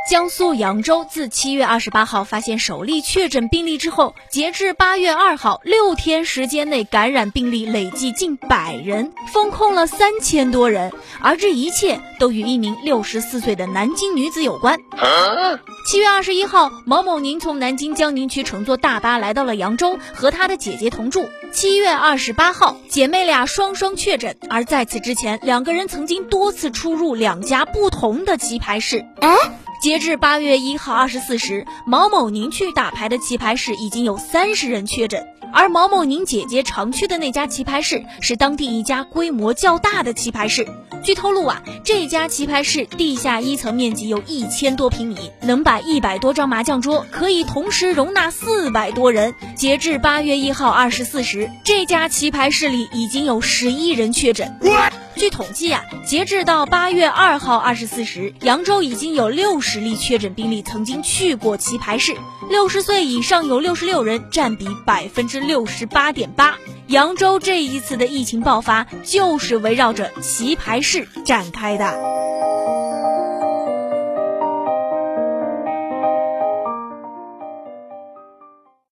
江苏扬州自7月28号发现首例确诊病例之后，截至8月2号，6天时间内感染病例累计近100人，封控了3000多人，而这一切都与一名64岁的南京女子有关。7月21号，毛某宁从南京江宁区乘坐大巴来到了扬州，和她的姐姐同住。7月28号，姐妹俩双双确诊，而在此之前，两个人曾经多次出入2家不同的棋牌室。截至8月1号24时，毛某宁去打牌的棋牌室已经有30人确诊，而毛某宁姐姐常去的那家棋牌室是当地一家规模较大的棋牌室。据透露这家棋牌室地下1层面积有1000多平米，能摆100多张麻将桌，可以同时容纳400多人。截至8月1号24时，这家棋牌室里已经有11人确诊。据统计截至到8月2号24时，扬州已经有60例确诊病例曾经去过棋牌室，60岁以上有66人，占比68.8%。扬州这一次的疫情爆发就是围绕着棋牌室展开的。